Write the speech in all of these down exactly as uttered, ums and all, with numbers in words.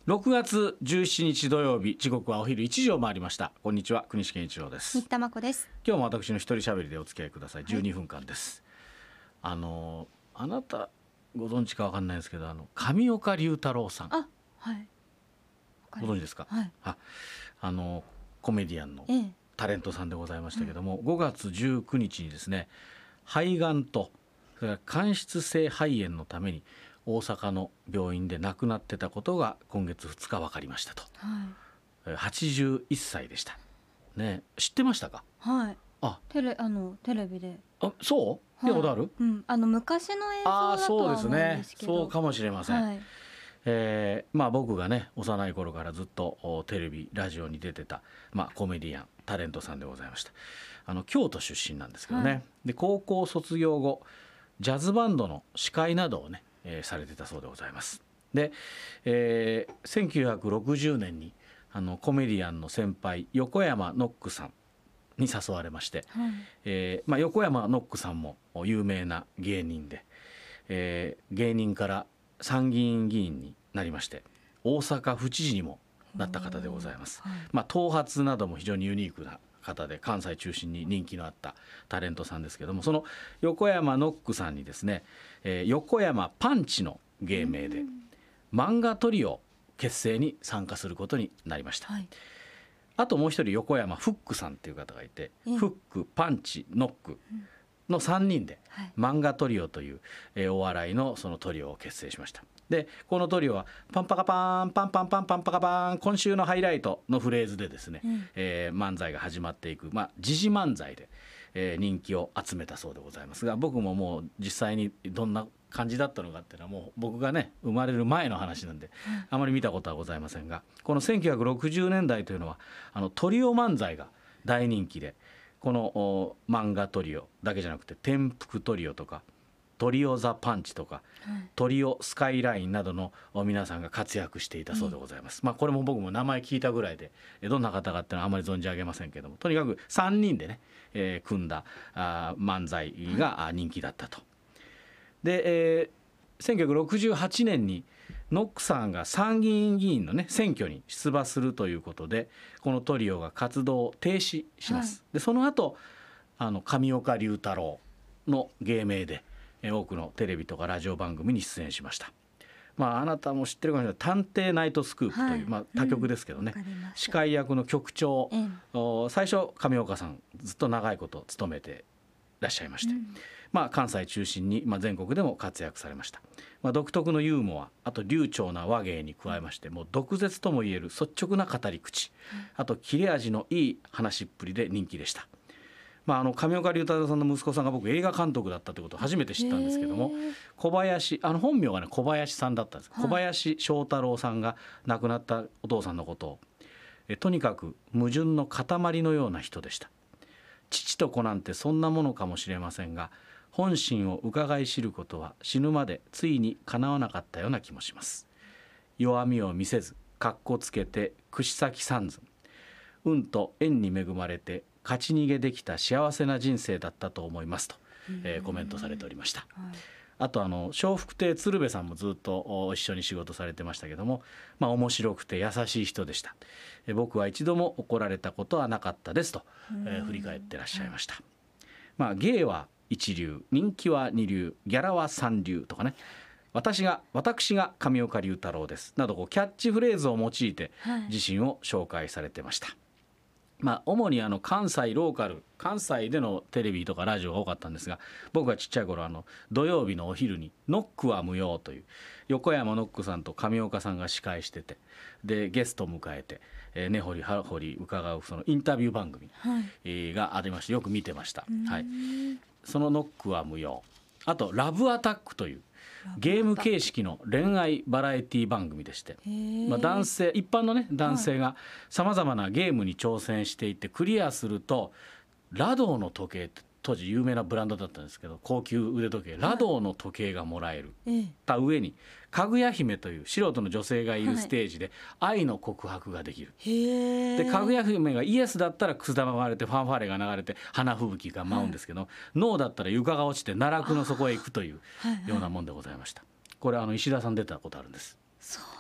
ろくがつじゅうしちにち土曜日、時刻はお昼いちじを回りました。こんにちは、国士健一郎です。 新田真子です。 今日も私の一人喋りでお付き合いください。じゅうにふんかんです、はい、あのあなたご存知か分かんないですけど、あの上岡龍太郎さん、 あ、はい、 ご存知ですか？ はい、 ああのコメディアンのええ、 タレントさんでございましたけども、うん、ごがつじゅうくにちにですね、肺がんとそれから間質性肺炎のために大阪の病院で亡くなってたことが今月ふつか分かりましたと、はい、はちじゅういっさいでした、ね、知ってましたか？ はい、 あテレ、あのテレビで。 あ、そう、見たことある？ うん、あの昔の映像だとは思うんですけど。 そうかもしれません、はい、えーまあ、僕がね幼い頃からずっとテレビラジオに出てた、まあ、コメディアンタレントさんでございました。あの京都出身なんですけどね、はい、で高校卒業後ジャズバンドの司会などをね、えー、されてたそうでございます。で、えー、せんきゅうひゃくろくじゅうねんにあのコメディアンの先輩横山ノックさんに誘われまして、はい、えーまあ、横山ノックさんも有名な芸人で、えー、芸人から参議院議員になりまして大阪府知事にもなった方でございます、はい、まあ、頭髪なども非常にユニークな方で関西中心に人気のあったタレントさんですけども、その横山ノックさんにですね、えー、横山パンチの芸名で漫画トリオ結成に参加することになりました、はい、あともう一人横山フックさんっていう方がいて、フックパンチノックのさんにんで漫画トリオという、えー、お笑いのそのトリオを結成しました。でこのトリオはパンパカパーンパンパンパンパンパカパーン今週のハイライトのフレーズでですね、うん、えー、漫才が始まっていく、まあ、時事漫才で、えー、人気を集めたそうでございますが、僕ももう実際にどんな感じだったのかっていうのはもう僕がね生まれる前の話なんで、うん、あまり見たことはございませんが、このせんきゅうひゃくろくじゅうねんだいというのはあのトリオ漫才が大人気で、この漫画トリオだけじゃなくて天福トリオとかトリオザパンチとか、はい、トリオスカイラインなどの皆さんが活躍していたそうでございます、うん、まあ、これも僕も名前聞いたぐらいでどんな方かっていうのはあまり存じ上げませんけども、とにかくさんにんでね、えー、組んだあ漫才が人気だったと、はい、で、えー、せんきゅうひゃくろくじゅうはちねんにノックさんが参議院議員のね選挙に出馬するということでこのトリオが活動を停止します、はい、でその後あの上岡龍太郎の芸名で多くのテレビとかラジオ番組に出演しました。まあ、あなたも知ってるかもしれない探偵ナイトスクープという、はい、まあ、他局ですけどね、うん、司会役の局長、うん、最初上岡さんずっと長いこと務めていらっしゃいまして、うん、まあ、関西中心に、まあ、全国でも活躍されました。まあ、独特のユーモア、あと流暢な話芸に加えまして、もう毒舌ともいえる率直な語り口、あと切れ味のいい話っぷりで人気でした。まあ、あの上岡龍太郎さんの息子さんが僕映画監督だったということを初めて知ったんですけども、小林あの本名がね小林さんだったんです、はい、小林翔太郎さんが亡くなったお父さんのことをえとにかく矛盾の塊のような人でした。父と子なんてそんなものかもしれませんが本心を伺い知ることは死ぬまでついに叶わなかったような気もします。弱みを見せずかっこつけて串先三寸、運と縁に恵まれて勝ち逃げできた幸せな人生だったと思いますと、えー、コメントされておりました、はい、あとあの笑福亭鶴瓶さんもずっと一緒に仕事されてましたけども、まあ、面白くて優しい人でした。えー、僕は一度も怒られたことはなかったですと、えー、振り返ってらっしゃいました、はい。まあ、芸は一流、人気は二流、ギャラは三流とかね、私が私が上岡龍太郎ですなどこうキャッチフレーズを用いて自身を紹介されてました、はい。まあ、主にあの関西ローカル関西でのテレビとかラジオが多かったんですが、僕がちっちゃい頃あの土曜日のお昼にノックは無用という横山ノックさんと上岡さんが司会してて、でゲストを迎えてえ根掘り葉掘り伺うそのインタビュー番組がありましてよく見てました、はい。そのノックは無用、あとラブアタックというゲーム形式の恋愛バラエティ番組でして、まあ、男性一般のね男性がさまざまなゲームに挑戦していってクリアするとラドーの時計って当時有名なブランドだったんですけど高級腕時計ラドーの時計がもらえる、た上にかぐや姫という素人の女性がいるステージで愛の告白ができる、でかぐや姫がイエスだったらくす玉が割れてファンファーレが流れて花吹雪が舞うんですけど、はい、ノーだったら床が落ちて奈落の底へ行くというようなもんでございました。これあの石田さん出たことあるんです。 そう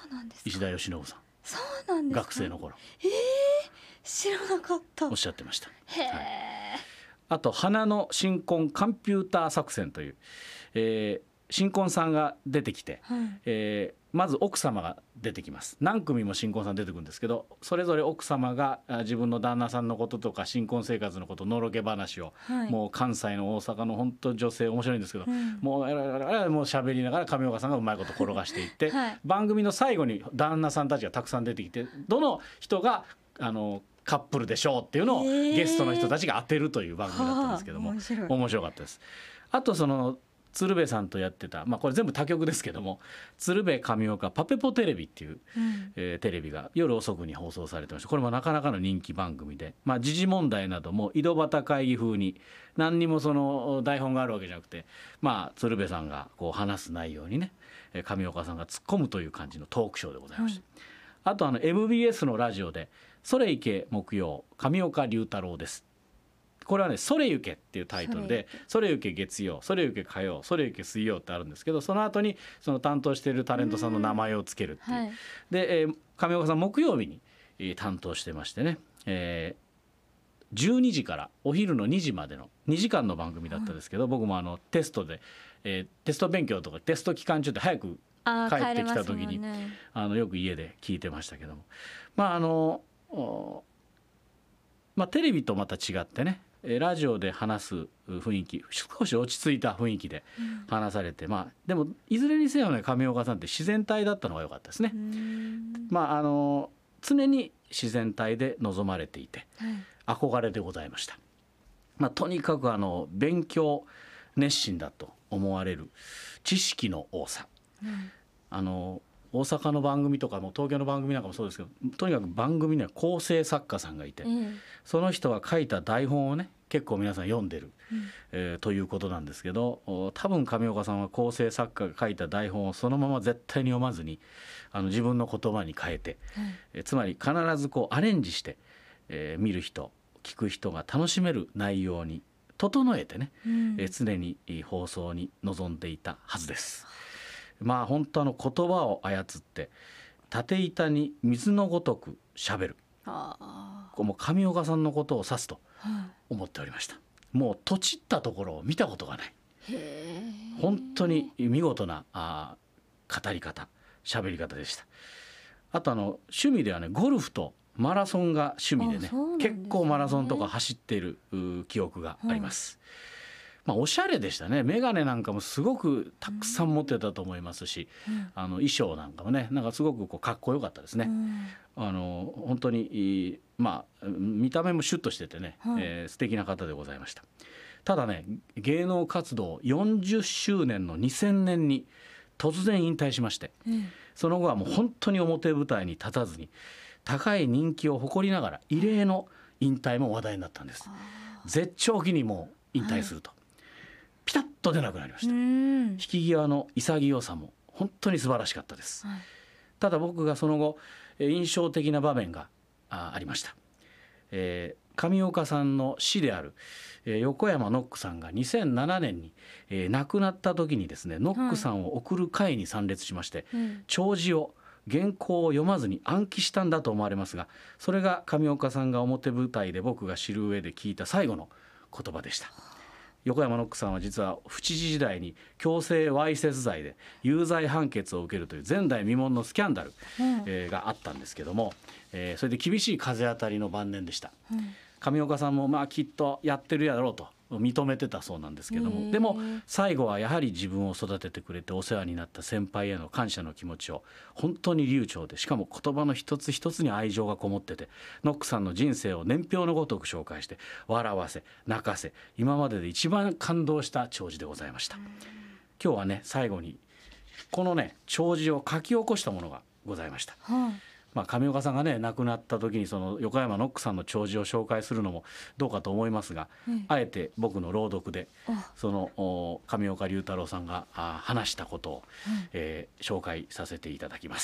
なんですか。 石田芳信さん、 そうなんですか。 学生の頃えー、知らなかった。 おっしゃってました。 へえ、はい、 あと花の新婚コンピューター作戦という、えー新婚さんが出てきて、 はい、 えーまず奥様が出てきます。何組も新婚さん出てくるんですけど、それぞれ奥様が自分の旦那さんのこととか新婚生活のこと、のろけ話を、 はい、 もう関西の大阪の本当女性面白いんですけど、 うん、 もうえらいえらいもう喋りながら上岡さんがうまいこと転がしていって、 はい、 番組の最後に旦那さんたちがたくさん出てきて、どの人があのカップルでしょうっていうのをゲストの人たちが当てるという番組だったんですけども、 はあ、面白い。 面白かったです。あとその鶴瓶さんとやってた、まあ、これ全部他局ですけども、鶴瓶上岡パペポテレビっていう、 うんえーテレビが夜遅くに放送されてました。これもなかなかの人気番組で、まあ、時事問題なども井戸端会議風に、何にもその台本があるわけじゃなくて、まあ、鶴瓶さんがこう話す内容にね、えー上岡さんが突っ込むという感じのトークショーでございました。 はい、 あとあの エムビーエス のラジオで「それいけ木曜上岡龍太郎です」、これはね「それゆけ」っていうタイトルで「それゆけ月曜」「それゆけ火曜」「それゆけ水曜」ってあるんですけど、その後にその担当しているタレントさんの名前をつけるっていう、 はい、 で、えー上岡さん木曜日に、えー担当してましてね、えーじゅうにじからお昼のにじまでのにじかんの番組だったんですけど、僕もあのテストで、えーテスト勉強とかテスト期間中で早くあー、 帰ってきた時に帰れますもんね。 あのよく家で聞いてましたけども、まああのおまあ、テレビとまた違ってね、えーラジオで話す雰囲気、少し落ち着いた雰囲気でうん話されて、まあでもいずれにせよね、上岡さんって自然体だったのが良かったですね。 うーん、 まああの常に自然体で臨まれていてはい、 憧れでございました。まあ、とにかくあの勉強熱心だと思われる知識の多さ、 うんあの大阪の番組とかも東京の番組なんかもそうですけど、とにかく番組には構成作家さんがいて、 ええ、 その人が書いた台本をね結構皆さん読んでる、 うんえーということなんですけど、お多分上岡さんは構成作家が書いた台本をそのまま絶対に読まずに、あの自分の言葉に変えて、 はい、 えーつまり必ずこうアレンジして、えー見る人聞く人が楽しめる内容に整えてね、 うんえー常に放送に臨んでいたはずです。まあ本当あの言葉を操って縦板に水のごとくしゃべる、 あこうもう上岡さんのことを指すとー、は思っておりました。もうとちったところを見たことがない、 い、へえ、 本当に見事なあー語り方、喋り方でした。あとあの趣味ではね、ゴルフとマラソンが趣味でね、 あそうなんですね結構マラソンとか走っているう記憶があります。まあ、おしゃれでしたね。眼鏡なんかもすごくたくさん持ってたと思いますし、 うんあの衣装なんかもね、なんかすごくこうかっこよかったですね。 うんあの本当にいい、まあ見た目もシュッとしててね、 はいえー素敵な方でございました。ただね、芸能活動よんじゅっしゅうねんのにせんねんに突然引退しまして、 ええ、 その後はもう本当に表舞台に立たずに高い人気を誇りながら異例の引退も話題になったんです。 あ絶頂期にもう引退すると、ピタッと出なくなりましー、うた。 ん、 引き際の潔さも本当に素晴らしかったです。 はい、 ただ僕がその後えー印象的な場面があありました。えー上岡さんの師である、えー横山ノックさんがにせんななねんに、えー亡くなった時にですね、ノックさんを送る会に参列しまして、 うん弔辞を原稿を読まずに暗記したんだと思われますが、それが上岡さんが表舞台で僕が知る上で聞いた最後の言葉でした。横山ノックさんは実は府知事時代に強制わいせつ罪で有罪判決を受けるという前代未聞のスキャンダル、 うんえーがあったんですけども、えーそれで厳しい風当たりの晩年でした。 うん上岡さんもまあきっとやってるやろうと認めてたそうなんですけどへーも、でも最後はやはり自分を育ててくれてお世話になった先輩への感謝の気持ちを本当に流暢で、しかも言葉の一つ一つに愛情がこもってて、ノックさんの人生を年表のごとく紹介して笑わせ泣かせ、今までで一番感動した弔辞でございました。今日はね、最後にこのね弔辞を書き起こしたものがございました。 はい、 まあ、上岡さんがね亡くなった時にその横山ノックさんの弔辞を紹介するのもどうかと思いますが、 ええあえて僕の朗読であそのお上岡龍太郎さんがあ話したことを、 うんえー紹介させていただきます。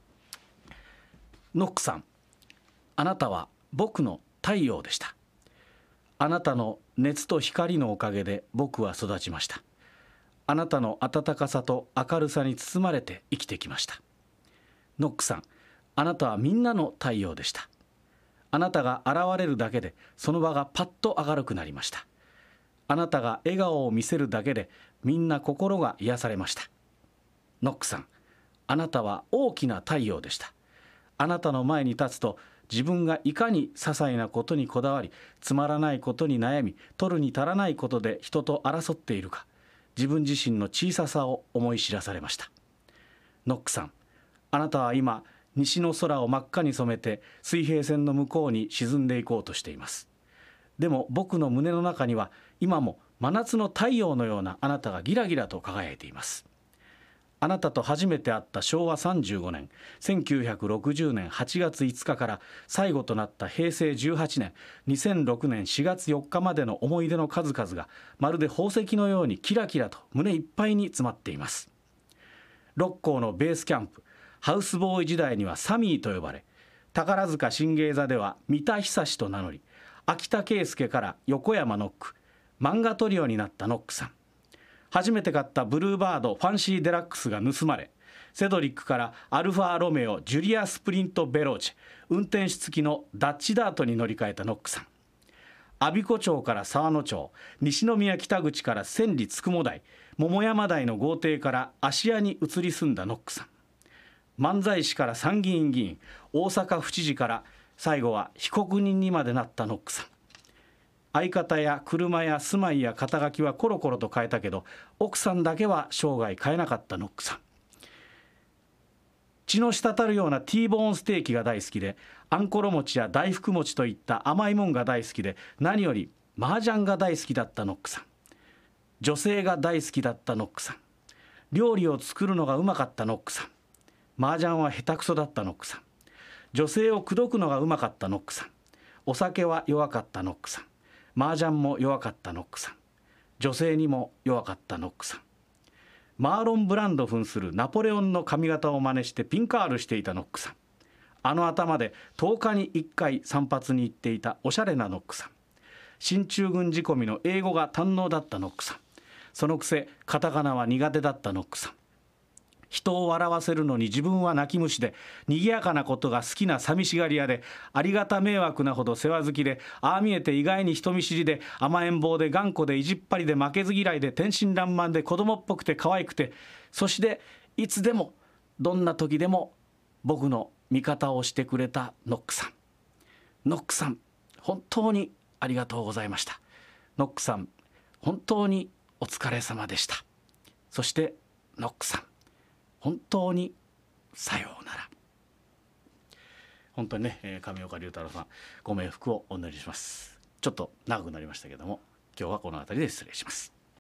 ノックさん、あなたは僕の太陽でした。あなたの熱と光のおかげで僕は育ちました。あなたの温かさと明るさに包まれて生きてきました。 ノックさん、あなたはみんなの太陽でした。あなたが現れるだけでその場がパッと明るくなりました。あなたが笑顔を見せるだけでみんな心が癒されました。ノックさん、あなたは大きな太陽でした。あなたの前に立つと自分がいかに些細なことにこだわり、つまらないことに悩み、取るに足らないことで人と争っているか、自分自身の小ささを思い知らされました。ノックさん、あなたは今西の空を真っ赤に染めて水平線の向こうに沈んでいこうとしています。でも僕の胸の中には今も真夏の太陽のようなあなたがギラギラと輝いています。あなたと初めて会ったしょうわさんじゅうごねん、せんきゅうひゃくろくじゅうねんはちがついつかから最後となったへいせいじゅうはちねん、にせんろくねんしがつよっかまでの思い出の数々がまるで宝石のようにキラキラと胸いっぱいに詰まっています。六甲のベースキャンプ、ハウスボーイ時代にはサミーと呼ばれ、宝塚新芸座では三田久志と名乗り、秋田圭介から横山ノック、漫画トリオになったノックさん。初めて買ったブルーバードファンシーデラックスが盗まれ、セドリックからアルファロメオジュリアスプリントベローチェ、運転手付きのダッチダートに乗り換えたノックさん。我孫子町から沢野町、西宮北口から千里つくも台、桃山台の豪邸から芦屋に移り住んだノックさん。漫才師から参議院議員、大阪府知事から最後は被告人にまでなったノックさん。相方や車や住まいや肩書きはコロコロと変えたけど、奥さんだけは生涯変えなかったノックさん。血の滴るようなティーボーンステーキが大好きで、あんころ餅や大福餅といった甘いもんが大好きで、何より麻雀が大好きだったノックさん。女性が大好きだったノックさん。料理を作るのがうまかったノックさん。麻雀は下手くそだったノックさん。女性を口説くのがうまかったノックさん。お酒は弱かったノックさん。麻雀も弱かったノックさん。女性にも弱かったノックさん。マーロン・ブランド扮するナポレオンの髪型を真似してピンカールしていたノックさん。あの頭でとおかにいっかい散髪に行っていたおしゃれなノックさん。進駐軍仕込みの英語が堪能だったノックさん。そのくせカタカナは苦手だったノックさん。人を笑わせるのに自分は泣き虫で、賑やかなことが好きな寂しがり屋で、ありがた迷惑なほど世話好きで、ああ見えて意外に人見知りで、甘えん坊で頑固で意地っ張りで負けず嫌いで天真爛漫で子供っぽくて可愛くて、そしていつでもどんな時でも僕の味方をしてくれたノックさん。ノックさん、本当にありがとうございました。ノックさん、本当にお疲れ様でした。そしてノックさん、本当にさようなら。本当にね、えー、上岡龍太郎さん、ご冥福をお祈りします。ちょっと長くなりましたけども、今日はこの辺りで失礼します。